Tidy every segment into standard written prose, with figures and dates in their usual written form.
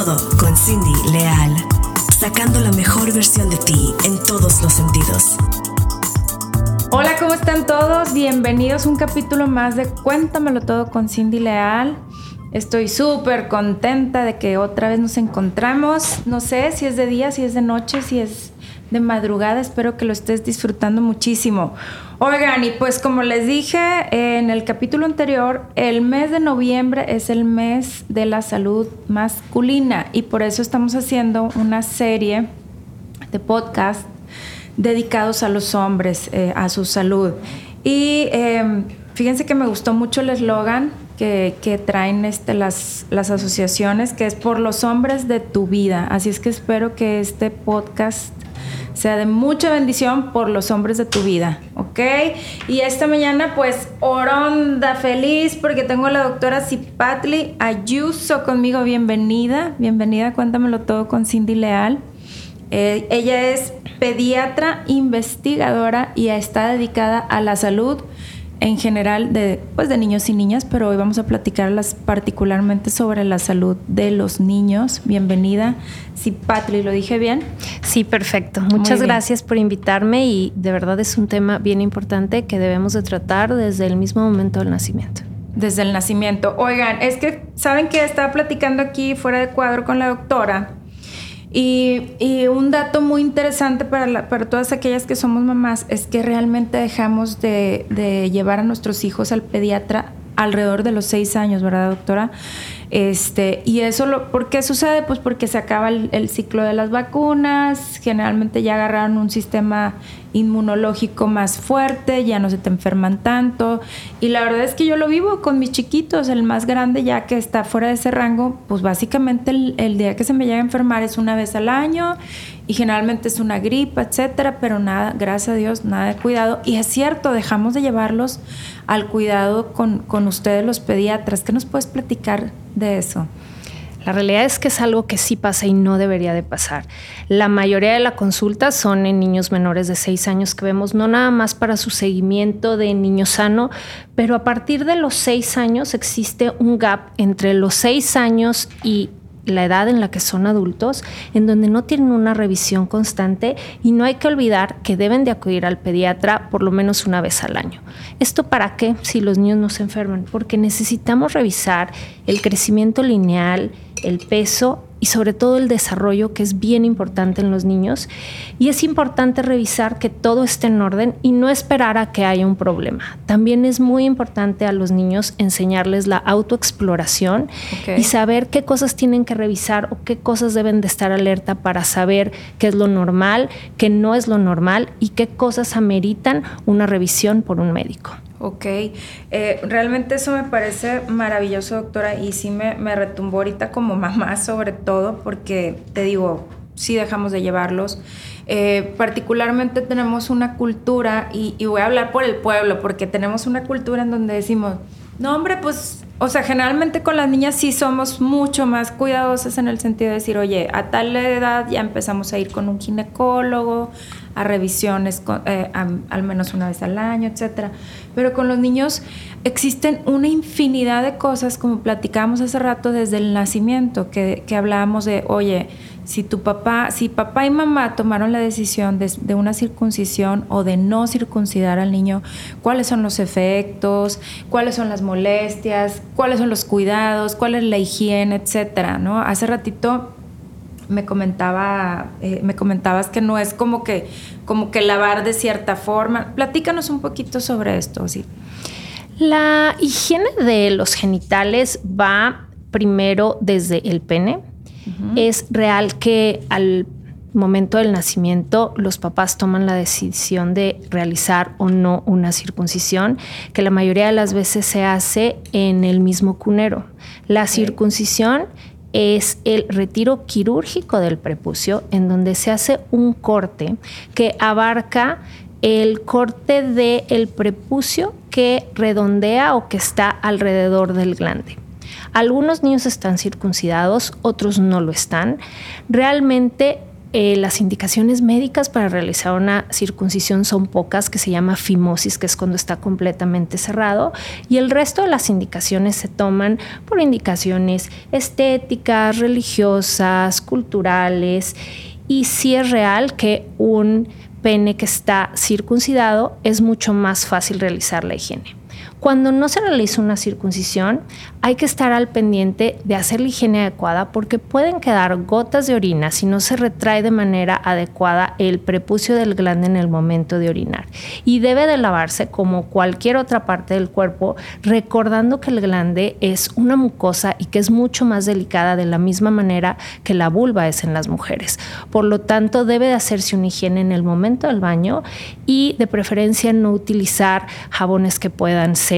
Todo con Cindy Leal. Sacando la mejor versión de ti en todos los sentidos. Hola, ¿cómo están todos? Bienvenidos a un capítulo más de Cuéntamelo Todo con Cindy Leal. Estoy súper contenta de que otra vez nos encontramos. No sé si es de día, si es de noche, si es de madrugada. Espero que lo estés disfrutando muchísimo. Oigan, y pues como les dije en el capítulo anterior, el mes de noviembre es el mes de la salud masculina y por eso estamos haciendo una serie de podcast dedicados a los hombres, a su salud. Y fíjense que me gustó mucho el eslogan que traen las asociaciones, que es por los hombres de tu vida. Así es que espero que este podcast sea de mucha bendición por los hombres de tu vida, ¿ok? Y esta mañana, pues, oronda feliz porque tengo a la doctora Cipatli Ayuso conmigo. Bienvenida, Cuéntamelo Todo con Cindy Leal. Ella es pediatra, investigadora y está dedicada a la salud en general de niños y niñas, pero hoy vamos a platicarlas particularmente sobre la salud de los niños. Bienvenida, Cipatli, ¿lo dije bien? Sí, perfecto. Muchas gracias por invitarme y de verdad es un tema bien importante que debemos de tratar desde el mismo momento del nacimiento. Desde el nacimiento. Oigan, es que, ¿saben qué? Estaba platicando aquí fuera de cuadro con la doctora y un dato muy interesante para todas aquellas que somos mamás es que realmente dejamos de llevar a nuestros hijos al pediatra alrededor de los 6 años, ¿verdad, doctora? Y eso, ¿por qué sucede? Pues porque se acaba el ciclo de las vacunas, generalmente ya agarraron un sistema inmunológico más fuerte, ya no se te enferman tanto, y la verdad es que yo lo vivo con mis chiquitos. El más grande, ya que está fuera de ese rango, pues básicamente el día que se me llega a enfermar es una vez al año, y generalmente es una gripa, etcétera, pero nada, gracias a Dios, nada de cuidado. Y es cierto, dejamos de llevarlos al cuidado con ustedes los pediatras. ¿Qué nos puedes platicar de eso? La realidad es que es algo que sí pasa y no debería de pasar. La mayoría de las consultas son en niños menores de 6 años que vemos, no nada más para su seguimiento de niño sano, pero a partir de los 6 años existe un gap entre los 6 años y la edad en la que son adultos, en donde no tienen una revisión constante, y no hay que olvidar que deben de acudir al pediatra por lo menos una vez al año. ¿Esto para qué? Si los niños no se enferman, porque necesitamos revisar el crecimiento lineal, el peso y sobre todo el desarrollo, que es bien importante en los niños, y es importante revisar que todo esté en orden y no esperar a que haya un problema. También es muy importante a los niños enseñarles la autoexploración y saber qué cosas tienen que revisar o qué cosas deben de estar alerta para saber qué es lo normal, qué no es lo normal y qué cosas ameritan una revisión por un médico. Ok, realmente eso me parece maravilloso, doctora, y sí me retumbó ahorita como mamá, sobre todo porque, te digo, sí dejamos de llevarlos. Particularmente tenemos una cultura, y voy a hablar por el pueblo, porque tenemos una cultura en donde decimos, no hombre, pues, o sea, generalmente con las niñas sí somos mucho más cuidadosas en el sentido de decir, oye, a tal edad ya empezamos a ir con un ginecólogo, a revisiones al menos una vez al año, etcétera. Pero con los niños existen una infinidad de cosas, como platicábamos hace rato desde el nacimiento, que hablábamos de, oye, si papá y mamá tomaron la decisión de una circuncisión o de no circuncidar al niño, ¿cuáles son los efectos? ¿Cuáles son las molestias? ¿Cuáles son los cuidados? ¿Cuál es la higiene, etcétera, ¿no? Hace ratito me comentabas que no es como que lavar de cierta forma. Platícanos un poquito sobre esto, sí. La higiene de los genitales va primero desde el pene. Uh-huh. Es real que al momento del nacimiento los papás toman la decisión de realizar o no una circuncisión, que la mayoría de las veces se hace en el mismo cunero. La circuncisión es el retiro quirúrgico del prepucio, en donde se hace un corte que abarca el corte del prepucio que redondea o que está alrededor del glande. Algunos niños están circuncidados, otros no lo están. Realmente las indicaciones médicas para realizar una circuncisión son pocas, que se llama fimosis, que es cuando está completamente cerrado, y el resto de las indicaciones se toman por indicaciones estéticas, religiosas, culturales, y sí es real que un pene que está circuncidado es mucho más fácil realizar la higiene. Cuando no se realiza una circuncisión, hay que estar al pendiente de hacer la higiene adecuada, porque pueden quedar gotas de orina si no se retrae de manera adecuada el prepucio del glande en el momento de orinar. Y debe de lavarse como cualquier otra parte del cuerpo, recordando que el glande es una mucosa y que es mucho más delicada, de la misma manera que la vulva es en las mujeres. Por lo tanto, debe de hacerse una higiene en el momento del baño y de preferencia no utilizar jabones que puedan ser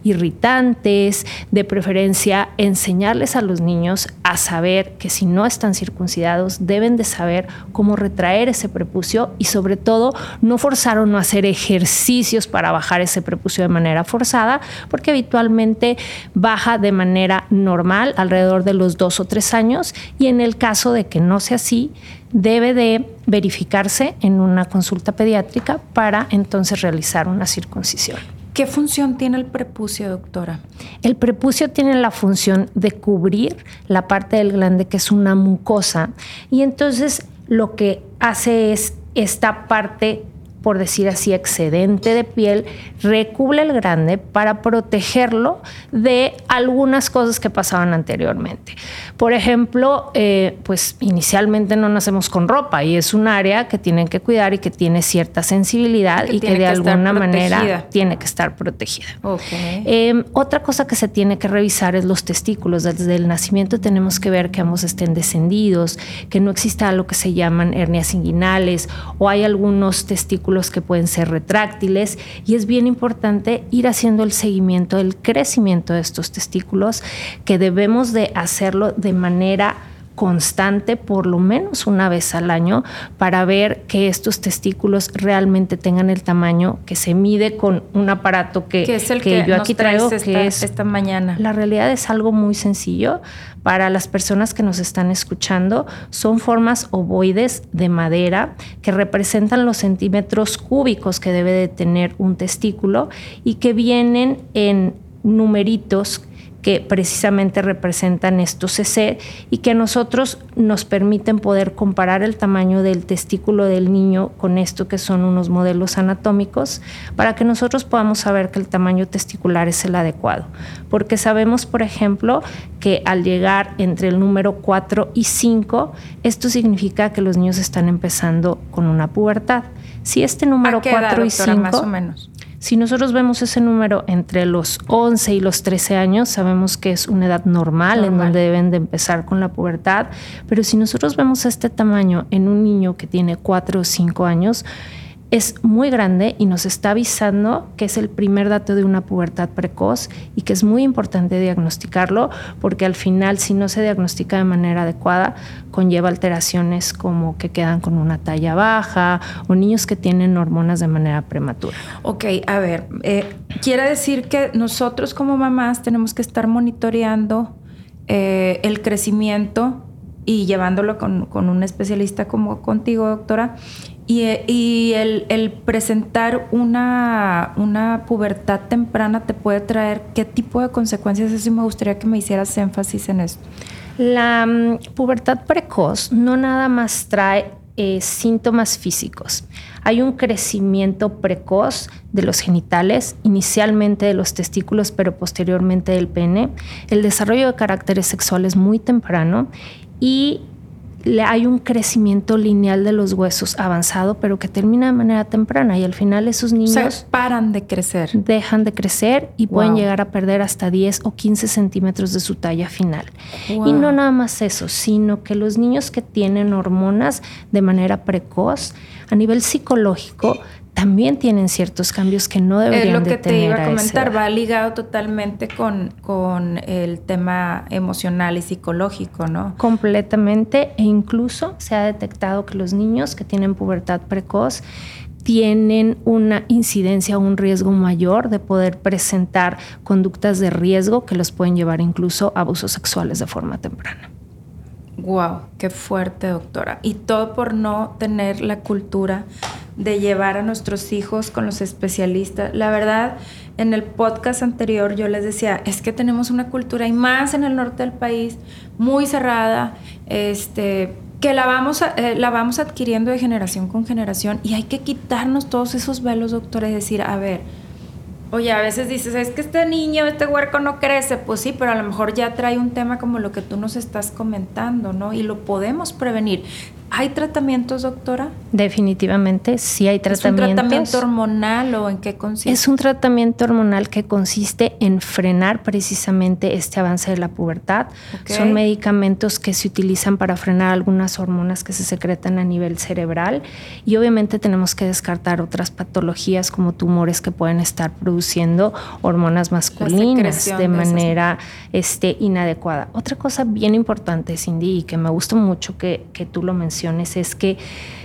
irritantes, de preferencia enseñarles a los niños a saber que si no están circuncidados deben de saber cómo retraer ese prepucio, y sobre todo no forzar o no hacer ejercicios para bajar ese prepucio de manera forzada, porque habitualmente baja de manera normal alrededor de los 2 o 3 años, y en el caso de que no sea así, debe de verificarse en una consulta pediátrica para entonces realizar una circuncisión. ¿Qué función tiene el prepucio, doctora? El prepucio tiene la función de cubrir la parte del glande, que es una mucosa, y entonces lo que hace es esta parte, por decir así, excedente de piel, recubre el glande para protegerlo de algunas cosas que pasaban anteriormente. Por ejemplo, pues inicialmente no nacemos con ropa, y es un área que tienen que cuidar y que tiene cierta sensibilidad y que de alguna manera tiene que estar protegida. Okay. Otra cosa que se tiene que revisar es los testículos. Desde el nacimiento tenemos que ver que ambos estén descendidos, que no exista lo que se llaman hernias inguinales, o hay algunos testículos que pueden ser retráctiles, y es bien importante ir haciendo el seguimiento del crecimiento de estos testículos, que debemos de hacerlo de manera constante, por lo menos una vez al año, para ver que estos testículos realmente tengan el tamaño que se mide con un aparato que es el que yo aquí traigo, que es esta mañana. La realidad es algo muy sencillo. Para las personas que nos están escuchando, son formas ovoides de madera que representan los centímetros cúbicos que debe de tener un testículo, y que vienen en numeritos que precisamente representan estos cc, y que a nosotros nos permiten poder comparar el tamaño del testículo del niño con esto, que son unos modelos anatómicos, para que nosotros podamos saber que el tamaño testicular es el adecuado. Porque sabemos, por ejemplo, que al llegar entre el número 4 y 5, esto significa que los niños están empezando con una pubertad. Si este número 4 y 5, más o menos. Si nosotros vemos ese número entre los 11 y los 13 años, sabemos que es una edad normal en donde deben de empezar con la pubertad. Pero si nosotros vemos este tamaño en un niño que tiene 4 o 5 años, es muy grande y nos está avisando que es el primer dato de una pubertad precoz, y que es muy importante diagnosticarlo, porque al final, si no se diagnostica de manera adecuada, conlleva alteraciones como que quedan con una talla baja, o niños que tienen hormonas de manera prematura. Ok, a ver, quiere decir que nosotros como mamás tenemos que estar monitoreando el crecimiento y llevándolo con un especialista como contigo, doctora. Y el presentar una pubertad temprana te puede traer ¿qué tipo de consecuencias? Eso sí me gustaría que me hicieras énfasis en esto. La pubertad precoz no nada más trae síntomas físicos. Hay un crecimiento precoz de los genitales, inicialmente de los testículos, pero posteriormente del pene. El desarrollo de caracteres sexuales muy temprano, y hay un crecimiento lineal de los huesos avanzado, pero que termina de manera temprana, y al final esos niños, o sea, paran de crecer. Dejan de crecer y pueden llegar a perder hasta 10 o 15 centímetros de su talla final. Wow. Y no nada más eso, sino que los niños que tienen hormonas de manera precoz, a nivel psicológico, también tienen ciertos cambios que no deberían de tener. Es lo que te iba a comentar, va ligado totalmente con el tema emocional y psicológico, ¿no? Completamente, e incluso se ha detectado que los niños que tienen pubertad precoz tienen una incidencia o un riesgo mayor de poder presentar conductas de riesgo que los pueden llevar incluso a abusos sexuales de forma temprana. Wow, qué fuerte, doctora. Y todo por no tener la cultura de llevar a nuestros hijos con los especialistas. La verdad, en el podcast anterior yo les decía, es que tenemos una cultura, y más en el norte del país, muy cerrada, que la vamos adquiriendo de generación con generación, y hay que quitarnos todos esos velos, doctora, y decir, a ver, oye, a veces dices, es que este niño, este huerco no crece. Pues sí, pero a lo mejor ya trae un tema como lo que tú nos estás comentando, ¿no? Y lo podemos prevenir. ¿Hay tratamientos, doctora? Definitivamente sí hay tratamientos. ¿Es un tratamiento hormonal o en qué consiste? Es un tratamiento hormonal que consiste en frenar precisamente este avance de la pubertad. Okay. Son medicamentos que se utilizan para frenar algunas hormonas que se secretan a nivel cerebral, y obviamente tenemos que descartar otras patologías como tumores que pueden estar produciendo hormonas masculinas de manera inadecuada. Otra cosa bien importante, Cindy, y que me gusta mucho que tú lo menciones, es que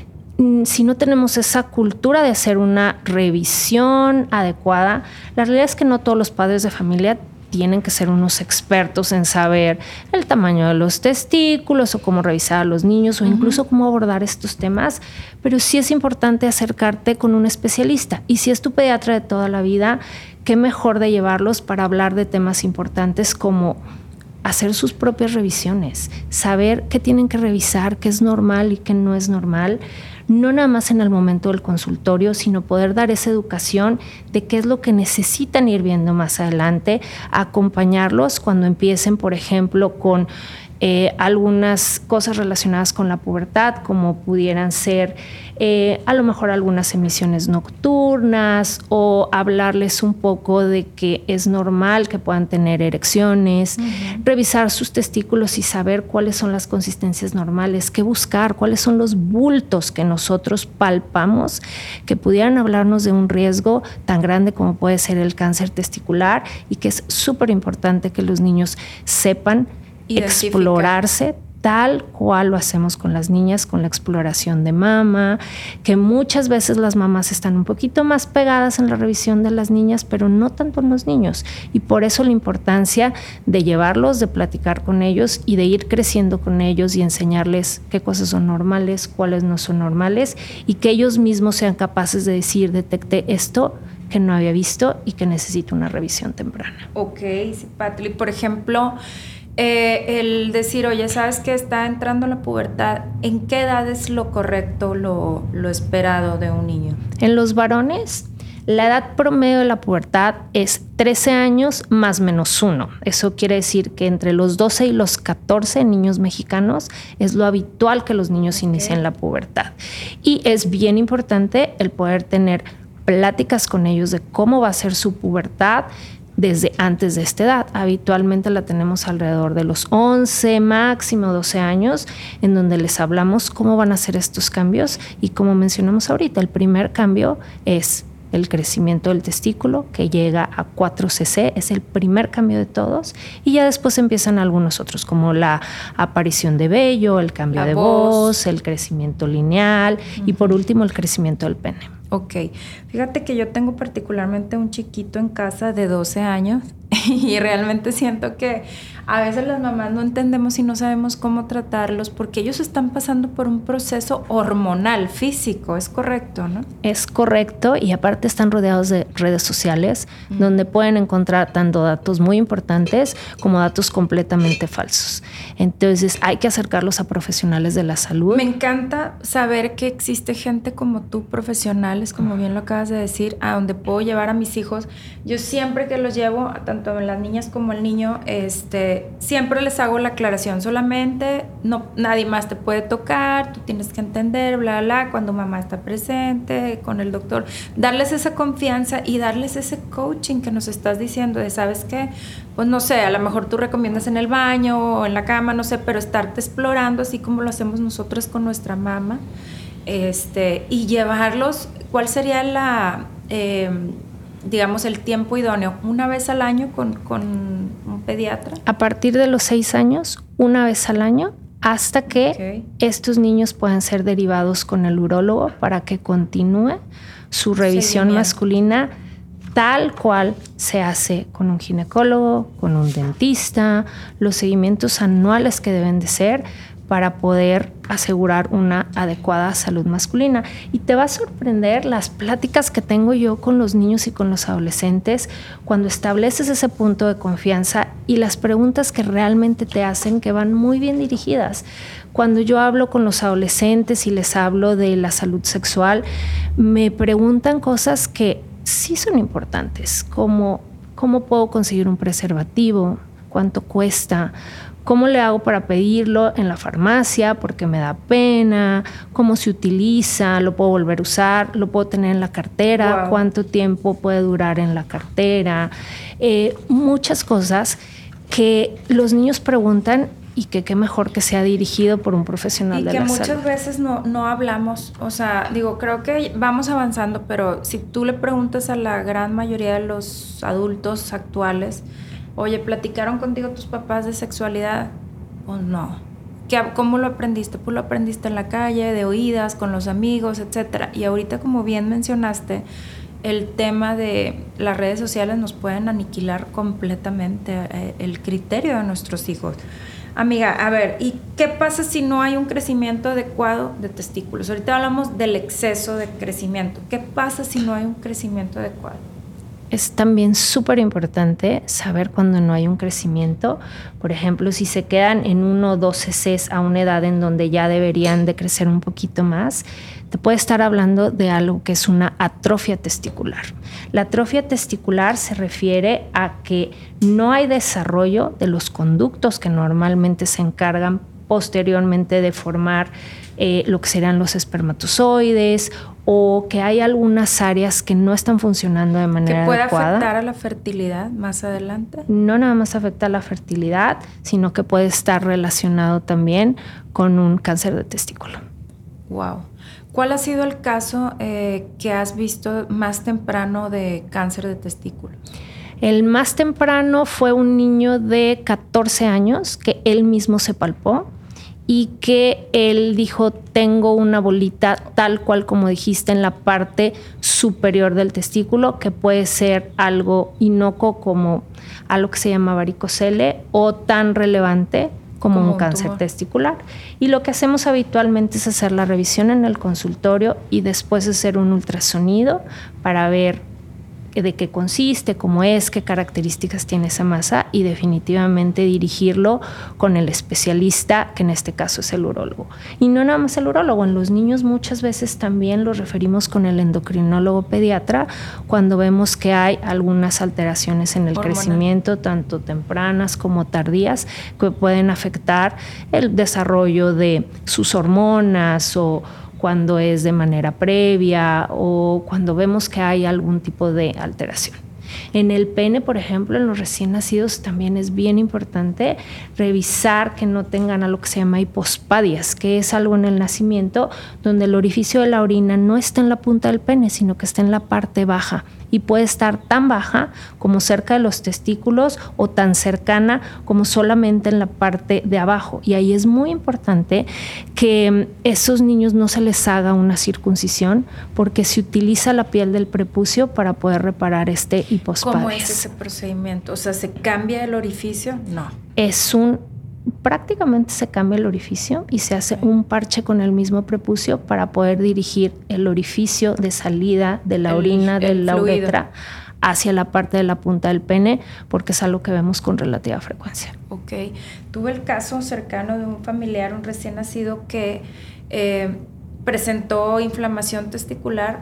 si no tenemos esa cultura de hacer una revisión adecuada, la realidad es que no todos los padres de familia tienen que ser unos expertos en saber el tamaño de los testículos o cómo revisar a los niños o incluso cómo abordar estos temas, pero sí es importante acercarte con un especialista. Y si es tu pediatra de toda la vida, qué mejor de llevarlos para hablar de temas importantes como hacer sus propias revisiones, saber qué tienen que revisar, qué es normal y qué no es normal, no nada más en el momento del consultorio, sino poder dar esa educación de qué es lo que necesitan ir viendo más adelante, acompañarlos cuando empiecen, por ejemplo, con algunas cosas relacionadas con la pubertad, como pudieran ser a lo mejor algunas emisiones nocturnas, o hablarles un poco de que es normal que puedan tener erecciones, revisar sus testículos y saber cuáles son las consistencias normales, qué buscar, cuáles son los bultos que nosotros palpamos que pudieran hablarnos de un riesgo tan grande como puede ser el cáncer testicular, y que es súper importante que los niños sepan explorarse tal cual lo hacemos con las niñas, con la exploración de mama, que muchas veces las mamás están un poquito más pegadas en la revisión de las niñas, pero no tanto en los niños. Y por eso la importancia de llevarlos, de platicar con ellos y de ir creciendo con ellos y enseñarles qué cosas son normales, cuáles no son normales, y que ellos mismos sean capaces de decir, detecté esto que no había visto y que necesito una revisión temprana. Ok, sí, Patli, por ejemplo, el decir, oye, ¿sabes que está entrando la pubertad? ¿En qué edad es lo correcto, lo esperado de un niño? En los varones, la edad promedio de la pubertad es 13 años más menos 1. Eso quiere decir que entre los 12 y los 14 niños mexicanos es lo habitual que los niños inicien la pubertad. Y es bien importante el poder tener pláticas con ellos de cómo va a ser su pubertad desde antes de esta edad. Habitualmente la tenemos alrededor de los 11, máximo 12 años, en donde les hablamos cómo van a ser estos cambios, y como mencionamos ahorita, el primer cambio es el crecimiento del testículo, que llega a 4 cc, es el primer cambio de todos, y ya después empiezan algunos otros, como la aparición de vello, el cambio de voz, el crecimiento lineal, y por último el crecimiento del pene. Ok, fíjate que yo tengo particularmente un chiquito en casa de 12 años y realmente siento que a veces las mamás no entendemos y no sabemos cómo tratarlos, porque ellos están pasando por un proceso hormonal, físico, ¿es correcto, no? Es correcto, y aparte están rodeados de redes sociales donde pueden encontrar tanto datos muy importantes como datos completamente falsos. Entonces hay que acercarlos a profesionales de la salud. Me encanta saber que existe gente como tú, profesionales, como bien lo acabas de decir, a donde puedo llevar a mis hijos. Yo siempre que los llevo, tanto las niñas como el niño, siempre les hago la aclaración, solamente nadie más te puede tocar, tú tienes que entender, bla, bla, cuando mamá está presente, con el doctor, darles esa confianza y darles ese coaching que nos estás diciendo de, ¿sabes qué? Pues no sé, a lo mejor tú recomiendas en el baño o en la cama, no sé, pero estarte explorando así como lo hacemos nosotros con nuestra mamá, y llevarlos. ¿Cuál sería digamos, el tiempo idóneo? ¿Una vez al año con un pediatra? A partir de los 6 años, una vez al año, hasta que estos niños puedan ser derivados con el urólogo para que continúe su revisión masculina tal cual se hace con un ginecólogo, con un dentista, los seguimientos anuales que deben de ser, para poder asegurar una adecuada salud masculina. Y te va a sorprender las pláticas que tengo yo con los niños y con los adolescentes cuando estableces ese punto de confianza y las preguntas que realmente te hacen, que van muy bien dirigidas. Cuando yo hablo con los adolescentes y les hablo de la salud sexual, me preguntan cosas que sí son importantes, como ¿cómo puedo conseguir un preservativo? ¿Cuánto cuesta? ¿Cómo le hago para pedirlo en la farmacia? Porque me da pena. ¿Cómo se utiliza? ¿Lo puedo volver a usar? ¿Lo puedo tener en la cartera? Wow. ¿Cuánto tiempo puede durar en la cartera? Muchas cosas que los niños preguntan y que qué mejor que sea dirigido por un profesional de la salud. Y que muchas veces no hablamos, o sea, creo que vamos avanzando, pero si tú le preguntas a la gran mayoría de los adultos actuales, oye, ¿platicaron contigo tus papás de sexualidad? Pues no. ¿Cómo lo aprendiste? Pues lo aprendiste en la calle, de oídas, con los amigos, etcétera. Y ahorita, como bien mencionaste, el tema de las redes sociales nos pueden aniquilar completamente el criterio de nuestros hijos. Amiga, a ver, ¿y qué pasa si no hay un crecimiento adecuado de testículos? Ahorita hablamos del exceso de crecimiento. ¿Qué pasa si no hay un crecimiento adecuado? Es también súper importante saber cuando no hay un crecimiento. Por ejemplo, si se quedan en 1 o 2 cc's a una edad en donde ya deberían de crecer un poquito más, te puede estar hablando de algo que es una atrofia testicular. La atrofia testicular se refiere a que no hay desarrollo de los conductos que normalmente se encargan posteriormente de formar lo que serán los espermatozoides, o que hay algunas áreas que no están funcionando de manera adecuada. ¿Que puede afectar a la fertilidad más adelante? No nada más afecta a la fertilidad, sino que puede estar relacionado también con un cáncer de testículo. Wow. ¿Cuál ha sido el caso que has visto más temprano de cáncer de testículo? El más temprano fue un niño de 14 años que él mismo se palpó y que él dijo, tengo una bolita tal cual como dijiste en la parte superior del testículo, que puede ser algo inocuo como algo que se llama varicocele o tan relevante como un cáncer testicular. Y lo que hacemos habitualmente es hacer la revisión en el consultorio y después hacer un ultrasonido para ver de qué consiste, cómo es, qué características tiene esa masa y definitivamente dirigirlo con el especialista, que en este caso es el urólogo. Y no nada más el urólogo, en los niños muchas veces también los referimos con el endocrinólogo pediatra cuando vemos que hay algunas alteraciones en el crecimiento, tanto tempranas como tardías, que pueden afectar el desarrollo de sus hormonas o cuando es de manera previa o cuando vemos que hay algún tipo de alteración. En el pene, por ejemplo, en los recién nacidos también es bien importante revisar que no tengan algo que se llama hipospadias, que es algo en el nacimiento donde el orificio de la orina no está en la punta del pene, sino que está en la parte baja y puede estar tan baja como cerca de los testículos o tan cercana como solamente en la parte de abajo. Y ahí es muy importante que esos niños no se les haga una circuncisión porque se utiliza la piel del prepucio para poder reparar este hipospadias. ¿Cómo es ese procedimiento? O sea, ¿se cambia el orificio? No. Prácticamente se cambia el orificio y se hace un parche con el mismo prepucio para poder dirigir el orificio de salida de la orina de la uretra hacia la parte de la punta del pene, porque es algo que vemos con relativa frecuencia. Ok. Tuve el caso cercano de un familiar, un recién nacido, que presentó inflamación testicular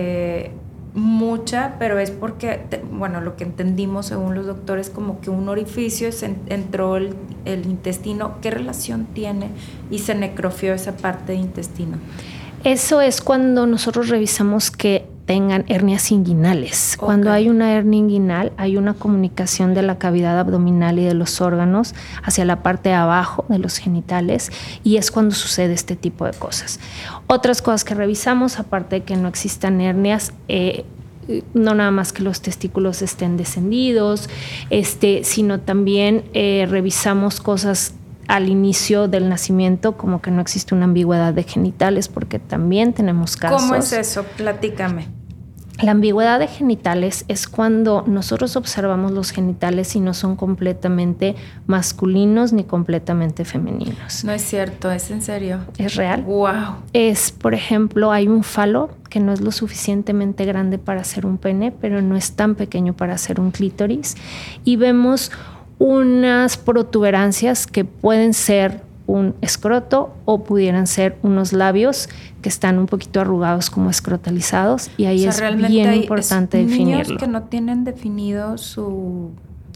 mucha, pero es porque, lo que entendimos según los doctores, como que un orificio entró el intestino. ¿Qué relación tiene? Y se necrofió esa parte de intestino. Eso es cuando nosotros revisamos que tengan hernias inguinales. Okay. Cuando hay una hernia inguinal, hay una comunicación de la cavidad abdominal y de los órganos hacia la parte de abajo de los genitales, y es cuando sucede este tipo de cosas. Otras cosas que revisamos, aparte de que no existan hernias, no nada más que los testículos estén descendidos, sino también revisamos cosas al inicio del nacimiento, como que no existe una ambigüedad de genitales, porque también tenemos casos. ¿Cómo es eso? Platícame. La ambigüedad de genitales es cuando nosotros observamos los genitales y no son completamente masculinos ni completamente femeninos. No es cierto, es en serio. ¿Es real? Wow. Es, por ejemplo, hay un falo que no es lo suficientemente grande para ser un pene, pero no es tan pequeño para ser un clítoris. Y vemos unas protuberancias que pueden ser un escroto o pudieran ser unos labios que están un poquito arrugados como escrotalizados, y ahí es bien importante definirlo. Niños que no tienen definido su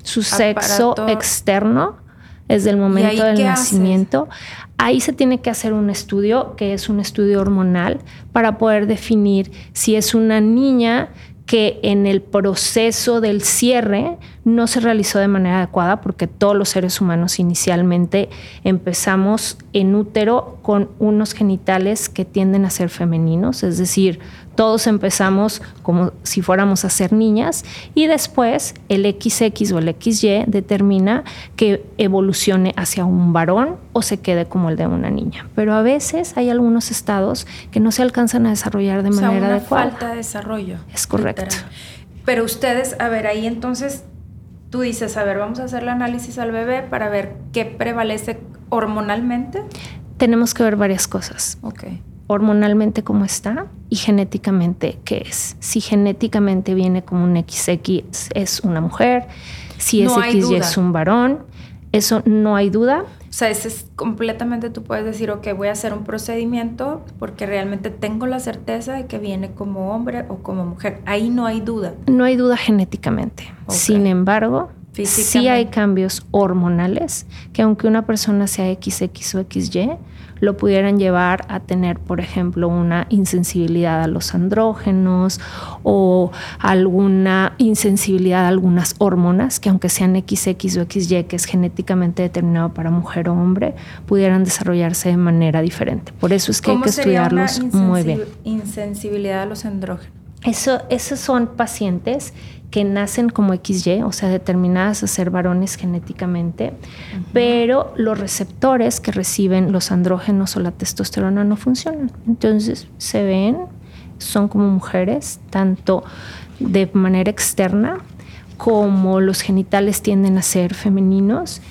sexo externo desde el momento del nacimiento. Ahí se tiene que hacer un estudio, que es un estudio hormonal, para poder definir si es una niña que en el proceso del cierre no se realizó de manera adecuada, porque todos los seres humanos inicialmente empezamos en útero con unos genitales que tienden a ser femeninos, es decir, todos empezamos como si fuéramos a ser niñas, y después el XX o el XY determina que evolucione hacia un varón o se quede como el de una niña. Pero a veces hay algunos estados que no se alcanzan a desarrollar de manera adecuada. Falta de desarrollo. Es correcto. Literal. Pero ustedes, a ver, ahí entonces tú dices, a ver, vamos a hacer el análisis al bebé para ver qué prevalece hormonalmente. Tenemos que ver varias cosas. Ok. Hormonalmente cómo está y genéticamente qué es. Si genéticamente viene como un XX es una mujer, si es XY es un varón, eso no hay duda. O sea, ese es completamente, tú puedes decir, ok, voy a hacer un procedimiento porque realmente tengo la certeza de que viene como hombre o como mujer. Ahí no hay duda. No hay duda genéticamente. Okay. Sin embargo, sí hay cambios hormonales que aunque una persona sea XX o XY, lo pudieran llevar a tener, por ejemplo, una insensibilidad a los andrógenos o alguna insensibilidad a algunas hormonas que aunque sean XX o XY, que es genéticamente determinado para mujer o hombre, pudieran desarrollarse de manera diferente. Por eso es que hay que estudiarlos muy bien. Insensibilidad a los andrógenos. Esos son pacientes que nacen como XY, o sea, determinadas a ser varones genéticamente, pero los receptores que reciben los andrógenos o la testosterona no funcionan. Entonces se ven, son como mujeres, tanto de manera externa como los genitales tienden a ser femeninos.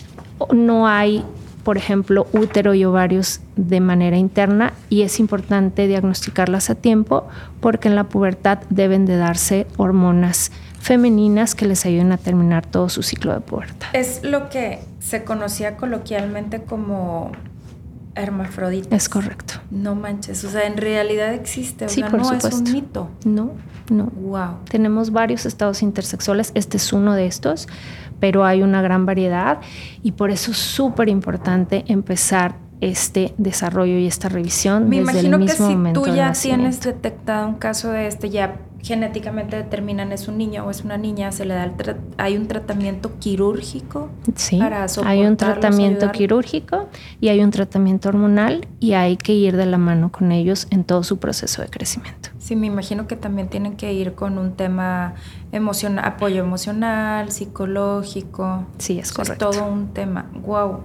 No hay, por ejemplo, útero y ovarios de manera interna, y es importante diagnosticarlas a tiempo porque en la pubertad deben de darse hormonas femeninas que les ayuden a terminar todo su ciclo de pubertad. Es lo que se conocía coloquialmente como hermafroditas. Es correcto. No manches, o sea, en realidad existe, o sí, sea, por no supuesto. Es un mito. No. Wow. Tenemos varios estados intersexuales, este es uno de estos, pero hay una gran variedad y por eso es súper importante empezar este desarrollo y esta revisión desde el mismo momento del nacimiento. Me imagino que si tú ya tienes detectado un caso de este, ya genéticamente determinan es un niño o es una niña, se le da hay un tratamiento quirúrgico. Sí, hay un tratamiento quirúrgico y hay un tratamiento hormonal y hay que ir de la mano con ellos en todo su proceso de crecimiento. Sí, me imagino que también tienen que ir con un tema emocional, apoyo emocional, psicológico. Sí, es correcto. Es todo un tema. Wow,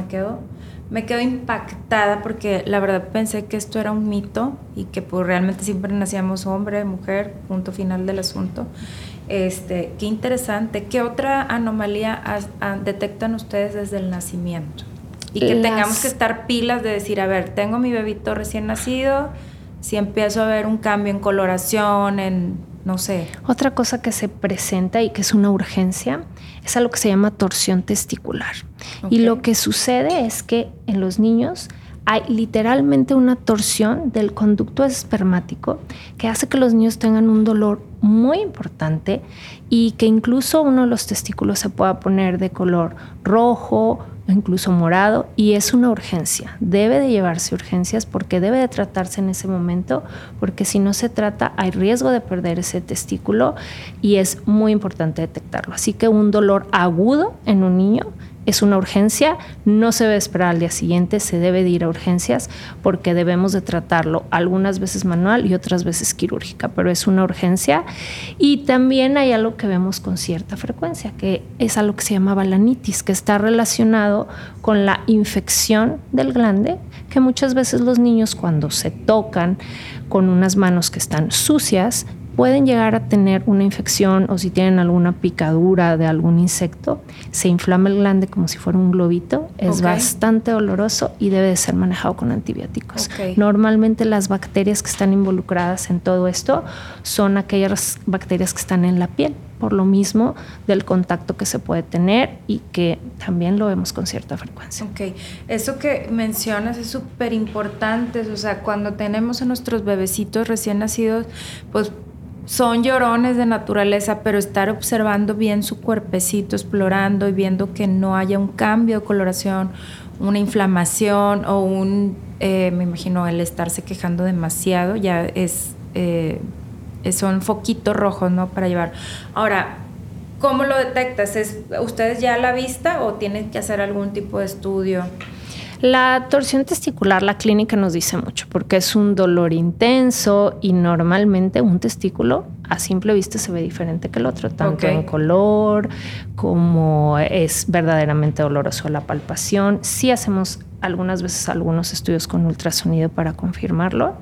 me quedo impactada porque la verdad pensé que esto era un mito y que pues realmente siempre nacíamos hombre, mujer, punto final del asunto. Qué interesante. ¿Qué otra anomalía detectan ustedes desde el nacimiento? Y que tengamos que estar pilas de decir, a ver, tengo mi bebito recién nacido, si empiezo a ver un cambio en coloración, no sé. Otra cosa que se presenta y que es una urgencia es algo que se llama torsión testicular. Okay. Y lo que sucede es que en los niños hay literalmente una torsión del conducto espermático que hace que los niños tengan un dolor muy importante y que incluso uno de los testículos se pueda poner de color rojo o incluso morado, y es una urgencia. Debe de llevarse urgencias porque debe de tratarse en ese momento, porque si no se trata hay riesgo de perder ese testículo y es muy importante detectarlo. Así que un dolor agudo en un niño es una urgencia, no se debe esperar al día siguiente, se debe de ir a urgencias porque debemos de tratarlo algunas veces manual y otras veces quirúrgica, pero es una urgencia. Y también hay algo que vemos con cierta frecuencia, que es algo que se llama balanitis, que está relacionado con la infección del glande, que muchas veces los niños cuando se tocan con unas manos que están sucias, pueden llegar a tener una infección o si tienen alguna picadura de algún insecto, se inflama el glande como si fuera un globito, es bastante doloroso y debe de ser manejado con antibióticos. Normalmente las bacterias que están involucradas en todo esto son aquellas bacterias que están en la piel, por lo mismo del contacto que se puede tener y que también lo vemos con cierta frecuencia. Eso que mencionas es súper importante, o sea, cuando tenemos a nuestros bebecitos recién nacidos, pues son llorones de naturaleza, pero estar observando bien su cuerpecito, explorando y viendo que no haya un cambio de coloración, una inflamación o me imagino el estarse quejando demasiado, ya son foquitos rojos, ¿no? Para llevar. Ahora, ¿cómo lo detectas? ¿Ustedes ya a la vista o tienen que hacer algún tipo de estudio? La torsión testicular, la clínica nos dice mucho porque es un dolor intenso y normalmente un testículo a simple vista se ve diferente que el otro, tanto en color como es verdaderamente doloroso la palpación. Sí hacemos algunas veces algunos estudios con ultrasonido para confirmarlo.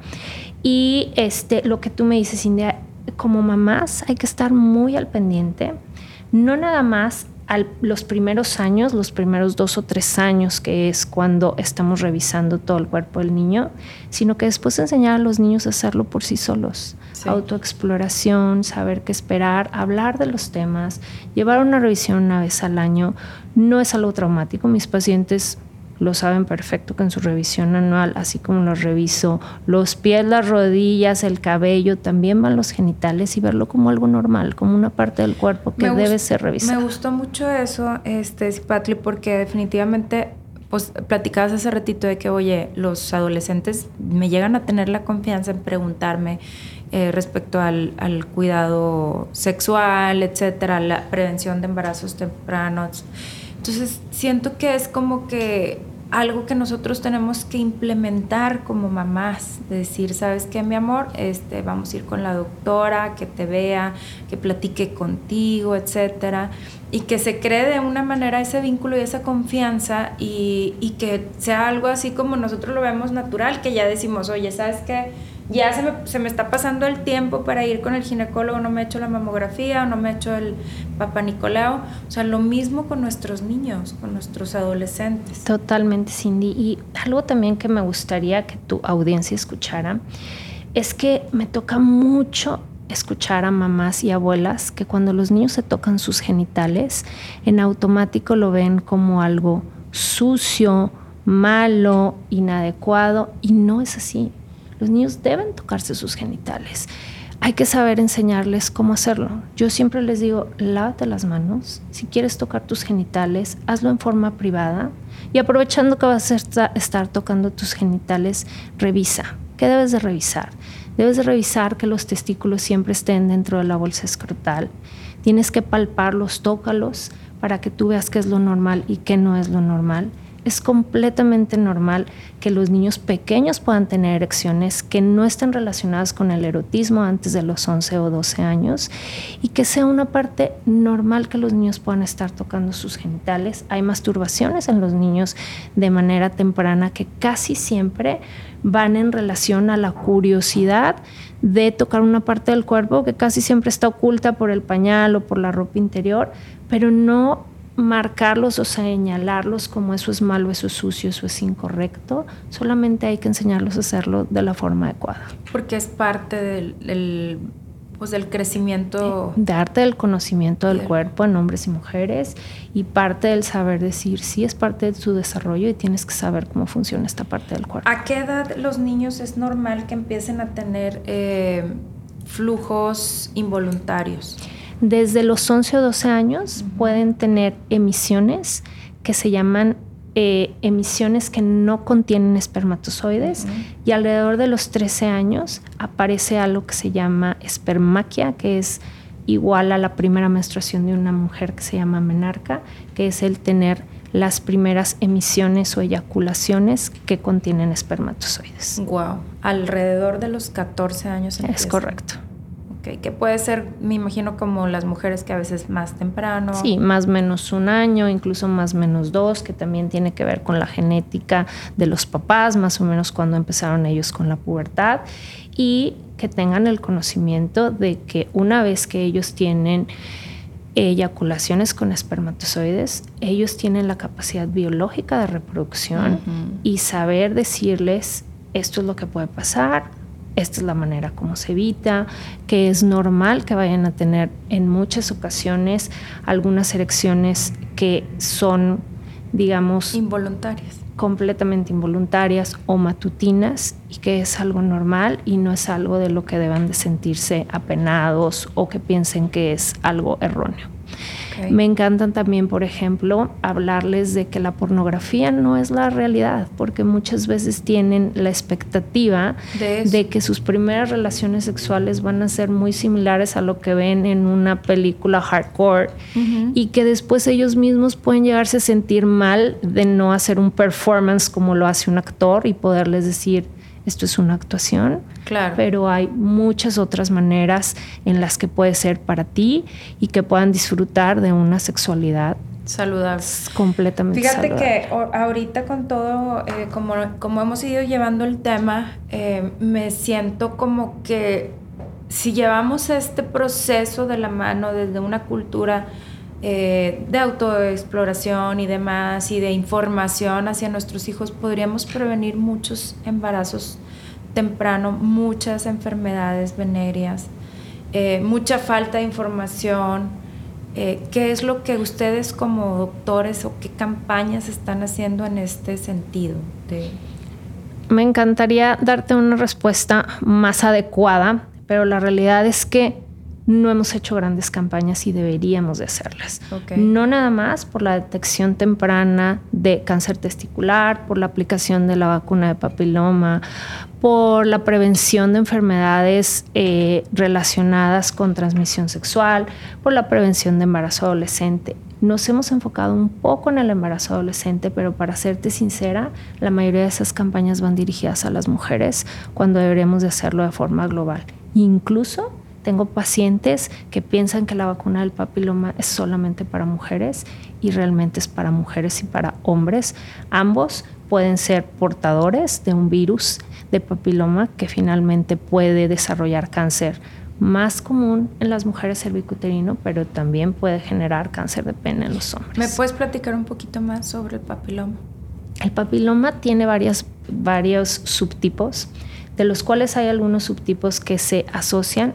Y lo que tú me dices, India, como mamás hay que estar muy al pendiente, no nada más los primeros años, los primeros 2 o 3 años, que es cuando estamos revisando todo el cuerpo del niño, sino que después enseñar a los niños a hacerlo por sí solos. Autoexploración, saber qué esperar, hablar de los temas, llevar una revisión una vez al año. No es algo traumático. Mis pacientes lo saben perfecto que en su revisión anual, así como los reviso, los pies, las rodillas, el cabello, también van los genitales y verlo como algo normal, como una parte del cuerpo que debe ser revisada. Me gustó mucho eso, Cipatli, porque definitivamente, pues platicabas hace ratito de que, oye, los adolescentes me llegan a tener la confianza en preguntarme respecto al cuidado sexual, etcétera, la prevención de embarazos tempranos. Entonces, siento que es como que algo que nosotros tenemos que implementar como mamás, de decir, ¿sabes qué, mi amor? Vamos a ir con la doctora, que te vea, que platique contigo, etcétera, y que se cree de una manera ese vínculo y esa confianza y que sea algo así como nosotros lo vemos natural, que ya decimos, oye, ¿sabes qué? Ya se me está pasando el tiempo para ir con el ginecólogo, no me he hecho la mamografía o no me he hecho el Papá Nicolau. O sea, lo mismo con nuestros niños, con nuestros adolescentes. Totalmente, Cindy. Y algo también que me gustaría que tu audiencia escuchara es que me toca mucho escuchar a mamás y abuelas que cuando los niños se tocan sus genitales, en automático lo ven como algo sucio, malo, inadecuado, y no es así. Los niños deben tocarse sus genitales. Hay que saber enseñarles cómo hacerlo. Yo siempre les digo, lávate las manos. Si quieres tocar tus genitales, hazlo en forma privada. Y aprovechando que vas a estar tocando tus genitales, revisa. ¿Qué debes de revisar? Debes de revisar que los testículos siempre estén dentro de la bolsa escrotal. Tienes que palparlos, tócalos, para que tú veas qué es lo normal y qué no es lo normal. Es completamente normal que los niños pequeños puedan tener erecciones que no estén relacionadas con el erotismo antes de los 11 o 12 años y que sea una parte normal que los niños puedan estar tocando sus genitales. Hay masturbaciones en los niños de manera temprana que casi siempre van en relación a la curiosidad de tocar una parte del cuerpo que casi siempre está oculta por el pañal o por la ropa interior, pero no marcarlos o señalarlos como eso es malo, eso es sucio, eso es incorrecto. Solamente hay que enseñarlos a hacerlo de la forma adecuada. Porque es parte del crecimiento. Darte del conocimiento del cuerpo en hombres y mujeres y parte del saber decir, sí, es parte de su desarrollo y tienes que saber cómo funciona esta parte del cuerpo. ¿A qué edad los niños es normal que empiecen a tener flujos involuntarios? Desde los 11 o 12 años pueden tener emisiones que se llaman emisiones que no contienen espermatozoides y alrededor de los 13 años aparece algo que se llama espermaquia, que es igual a la primera menstruación de una mujer, que se llama menarca, que es el tener las primeras emisiones o eyaculaciones que contienen espermatozoides. Wow, alrededor de los 14 años. Es correcto. Ok, que puede ser, me imagino, como las mujeres que a veces más temprano. Sí, más o menos 1 año, incluso más o menos 2, que también tiene que ver con la genética de los papás, más o menos cuando empezaron ellos con la pubertad, y que tengan el conocimiento de que una vez que ellos tienen eyaculaciones con espermatozoides, ellos tienen la capacidad biológica de reproducción y saber decirles, esto es lo que puede pasar, esta es la manera como se evita, que es normal que vayan a tener en muchas ocasiones algunas erecciones que son, digamos, involuntarias, completamente involuntarias o matutinas, y que es algo normal y no es algo de lo que deban de sentirse apenados o que piensen que es algo erróneo. Okay. Me encantan también, por ejemplo, hablarles de que la pornografía no es la realidad, porque muchas veces tienen la expectativa de que sus primeras relaciones sexuales van a ser muy similares a lo que ven en una película hardcore, y que después ellos mismos pueden llegarse a sentir mal de no hacer un performance como lo hace un actor y poderles decir, esto es una actuación, claro, pero hay muchas otras maneras en las que puede ser para ti y que puedan disfrutar de una sexualidad saludable, completamente saludable. Fíjate que ahorita con todo, como hemos ido llevando el tema, me siento como que si llevamos este proceso de la mano desde una cultura de autoexploración y demás, y de información hacia nuestros hijos, podríamos prevenir muchos embarazos temprano, muchas enfermedades venéreas, mucha falta de información. ¿Qué es lo que ustedes como doctores o qué campañas están haciendo en este sentido? Me encantaría darte una respuesta más adecuada, pero la realidad es que no hemos hecho grandes campañas y deberíamos de hacerlas. Okay. No nada más por la detección temprana de cáncer testicular, por la aplicación de la vacuna de papiloma, por la prevención de enfermedades relacionadas con transmisión sexual, por la prevención de embarazo adolescente. Nos hemos enfocado un poco en el embarazo adolescente, pero para serte sincera, la mayoría de esas campañas van dirigidas a las mujeres cuando deberíamos de hacerlo de forma global. Incluso tengo pacientes que piensan que la vacuna del papiloma es solamente para mujeres y realmente es para mujeres y para hombres. Ambos pueden ser portadores de un virus de papiloma que finalmente puede desarrollar cáncer más común en las mujeres cervicuterino, pero también puede generar cáncer de pene en los hombres. ¿Me puedes platicar un poquito más sobre el papiloma? El papiloma tiene varios subtipos, de los cuales hay algunos subtipos que se asocian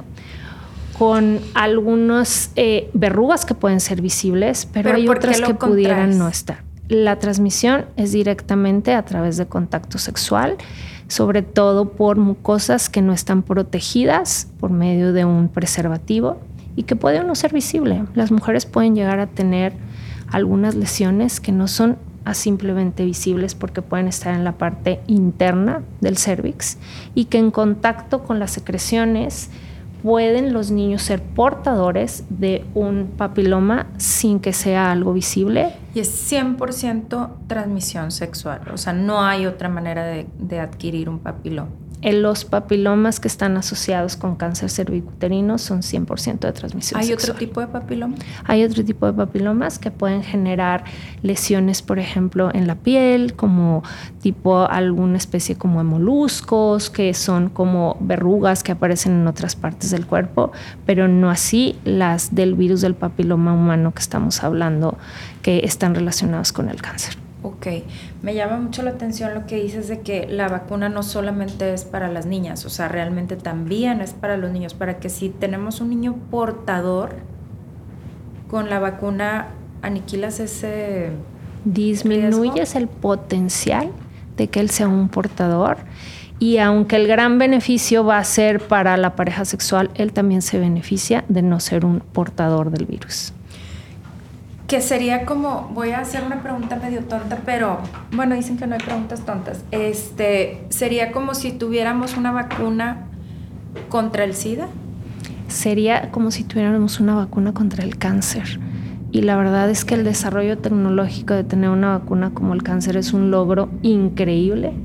con algunas verrugas que pueden ser visibles, pero hay otras que pudieran no estar. La transmisión es directamente a través de contacto sexual, sobre todo por mucosas que no están protegidas por medio de un preservativo y que puede no ser visible. Las mujeres pueden llegar a tener algunas lesiones que no son simplemente visibles porque pueden estar en la parte interna del cérvix y que en contacto con las secreciones pueden los niños ser portadores de un papiloma sin que sea algo visible. Y es 100% transmisión sexual, o sea, no hay otra manera de adquirir un papiloma. Los papilomas que están asociados con cáncer cervicuterino son 100% de transmisión sexual. ¿Hay otro tipo de papiloma? Hay otro tipo de papilomas que pueden generar lesiones, por ejemplo, en la piel, como tipo alguna especie como de moluscos, que son como verrugas que aparecen en otras partes del cuerpo, pero no así las del virus del papiloma humano que estamos hablando, que están relacionados con el cáncer. Ok, me llama mucho la atención lo que dices de que la vacuna no solamente es para las niñas, o sea, realmente también es para los niños, para que si tenemos un niño portador, con la vacuna aniquilas ese disminuyes riesgo. El potencial de que él sea un portador, y aunque el gran beneficio va a ser para la pareja sexual, él también se beneficia de no ser un portador del virus. Que sería como, voy a hacer una pregunta medio tonta, pero bueno, dicen que no hay preguntas tontas. Sería como si tuviéramos una vacuna contra el SIDA. Sería como si tuviéramos una vacuna contra el cáncer. y la verdad es que el desarrollo tecnológico de tener una vacuna como el cáncer es un logro increíble.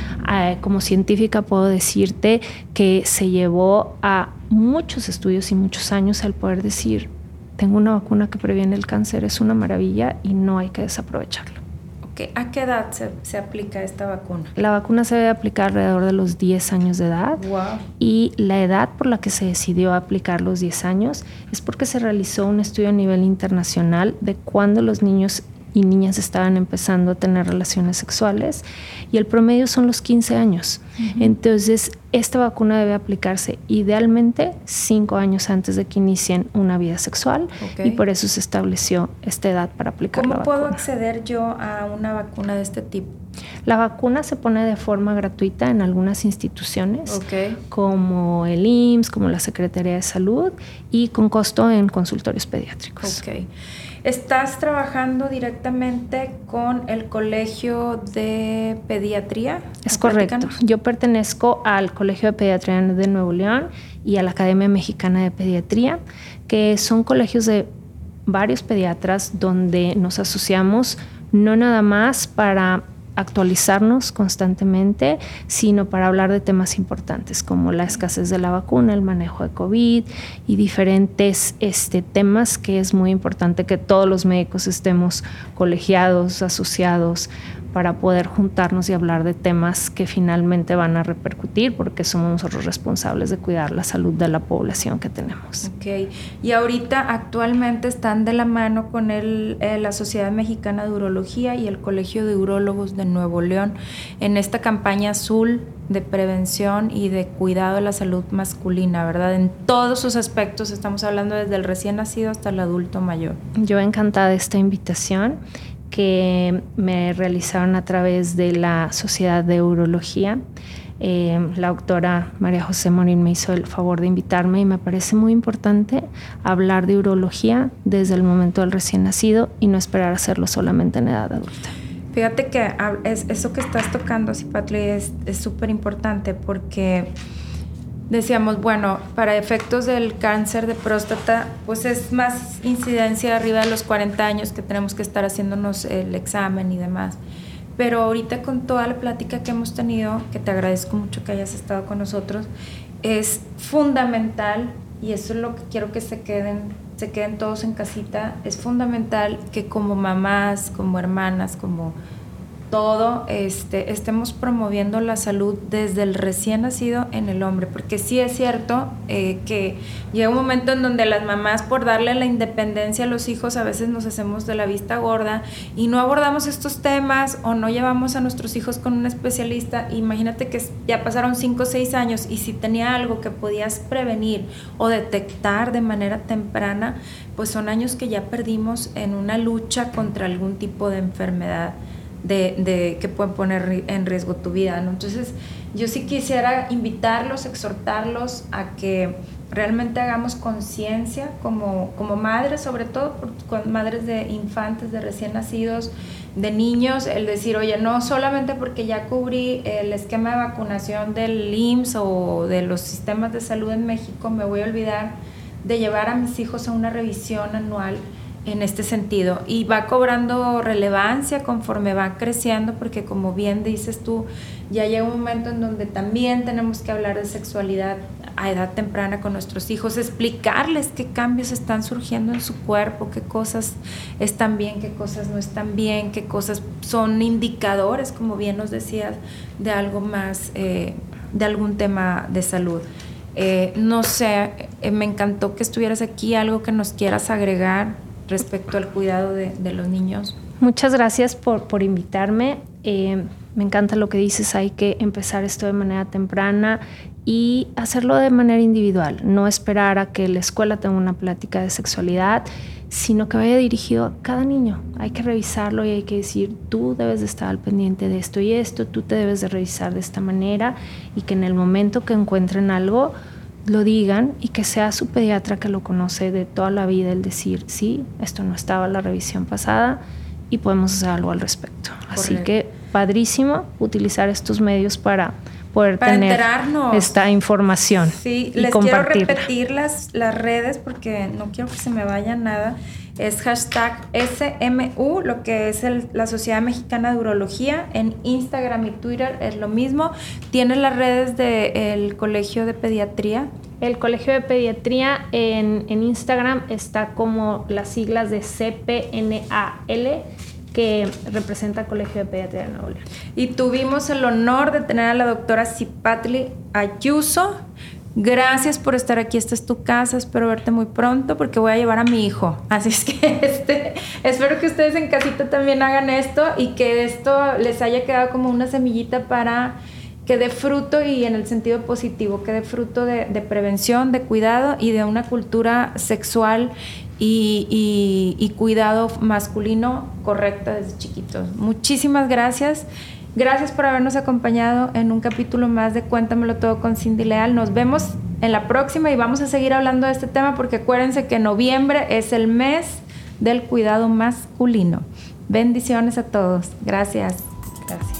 Como científica puedo decirte que se llevó a muchos estudios y muchos años el poder decir, tengo una vacuna que previene el cáncer, es una maravilla y no hay que desaprovecharlo. Okay. ¿A qué edad se aplica esta vacuna? La vacuna se debe aplicar alrededor de los 10 años de edad. Wow. Y la edad por la que se decidió aplicar los 10 años es porque se realizó un estudio a nivel internacional de cuándo los niños y niñas estaban empezando a tener relaciones sexuales y el promedio son los 15 años. Uh-huh. Entonces, esta vacuna debe aplicarse idealmente 5 años antes de que inicien una vida sexual. Okay. Y por eso se estableció esta edad para aplicar la vacuna. ¿Cómo puedo acceder yo a una vacuna de este tipo? La vacuna se pone de forma gratuita en algunas instituciones, okay, como el IMSS, como la Secretaría de Salud, y con costo en consultorios pediátricos. Okay. ¿Estás trabajando directamente con el Colegio de Pediatría? Es correcto. Yo pertenezco al Colegio de Pediatría de Nuevo León y a la Academia Mexicana de Pediatría, que son colegios de varios pediatras donde nos asociamos no nada más para actualizarnos constantemente, sino para hablar de temas importantes como la escasez de la vacuna, el manejo de COVID y diferentes temas que es muy importante que todos los médicos estemos colegiados, asociados, para poder juntarnos y hablar de temas que finalmente van a repercutir porque somos nosotros responsables de cuidar la salud de la población que tenemos. Ok, y ahorita actualmente están de la mano con la Sociedad Mexicana de Urología y el Colegio de Urólogos de Nuevo León en esta campaña azul de prevención y de cuidado de la salud masculina, ¿verdad? En todos sus aspectos, estamos hablando desde el recién nacido hasta el adulto mayor. Yo encantada de esta invitación que me realizaron a través de la Sociedad de Urología. La doctora María José Morín me hizo el favor de invitarme y me parece muy importante hablar de urología desde el momento del recién nacido y no esperar a hacerlo solamente en edad adulta. Fíjate que eso que estás tocando, Cipatli, es súper importante porque decíamos, bueno, para efectos del cáncer de próstata, pues es más incidencia arriba de los 40 años que tenemos que estar haciéndonos el examen y demás. Pero ahorita con toda la plática que hemos tenido, que te agradezco mucho que hayas estado con nosotros, es fundamental, y eso es lo que quiero que se queden todos en casita, es fundamental que como mamás, como hermanas, como todo, estemos promoviendo la salud desde el recién nacido en el hombre, porque sí es cierto que llega un momento en donde las mamás, por darle la independencia a los hijos, a veces nos hacemos de la vista gorda y no abordamos estos temas o no llevamos a nuestros hijos con un especialista. Imagínate que ya pasaron 5 o 6 años y si tenía algo que podías prevenir o detectar de manera temprana, pues son años que ya perdimos en una lucha contra algún tipo de enfermedad que pueden poner en riesgo tu vida, ¿no? Entonces, yo sí quisiera invitarlos, exhortarlos a que realmente hagamos conciencia como madres, sobre todo con madres de infantes, de recién nacidos, de niños, el decir, oye, no solamente porque ya cubrí el esquema de vacunación del IMSS o de los sistemas de salud en México, me voy a olvidar de llevar a mis hijos a una revisión anual en este sentido, y va cobrando relevancia conforme va creciendo, porque como bien dices tú, ya llega un momento en donde también tenemos que hablar de sexualidad a edad temprana con nuestros hijos, explicarles qué cambios están surgiendo en su cuerpo, qué cosas están bien, qué cosas no están bien, qué cosas son indicadores, como bien nos decías, de algo más, de algún tema de salud. No sé, me encantó que estuvieras aquí, algo que nos quieras agregar respecto al cuidado de los niños. Muchas gracias por invitarme. Me encanta lo que dices, hay que empezar esto de manera temprana y hacerlo de manera individual, no esperar a que la escuela tenga una plática de sexualidad, sino que vaya dirigido a cada niño. Hay que revisarlo y hay que decir, tú debes de estar al pendiente de esto y esto, tú te debes de revisar de esta manera, y que en el momento que encuentren algo, lo digan, y que sea su pediatra, que lo conoce de toda la vida, el decir, sí, esto no estaba en la revisión pasada y podemos hacer algo al respecto. Correcto. Así que padrísimo utilizar estos medios para poder tener enterarnos esta información. Sí, y les compartirla. Quiero repetir las redes porque no quiero que se me vaya nada. es #SMU, lo que es la Sociedad Mexicana de Urología. En Instagram y Twitter es lo mismo. Tiene las redes del Colegio de Pediatría. El Colegio de Pediatría en Instagram está como las siglas de CPNAL, que representa el Colegio de Pediatría de Nuevo León. Y tuvimos el honor de tener a la doctora Cipatli Ayuso. Gracias por estar aquí. Esta es tu casa. Espero verte muy pronto porque voy a llevar a mi hijo. Así es que espero que ustedes en casita también hagan esto y que esto les haya quedado como una semillita para que dé fruto, y en el sentido positivo, que dé fruto de prevención, de cuidado y de una cultura sexual y cuidado masculino correcta desde chiquitos. Muchísimas gracias. Gracias por habernos acompañado en un capítulo más de Cuéntamelo Todo con Cindy Leal. Nos vemos en la próxima y vamos a seguir hablando de este tema porque acuérdense que noviembre es el mes del cuidado masculino. Bendiciones a todos. Gracias. Gracias.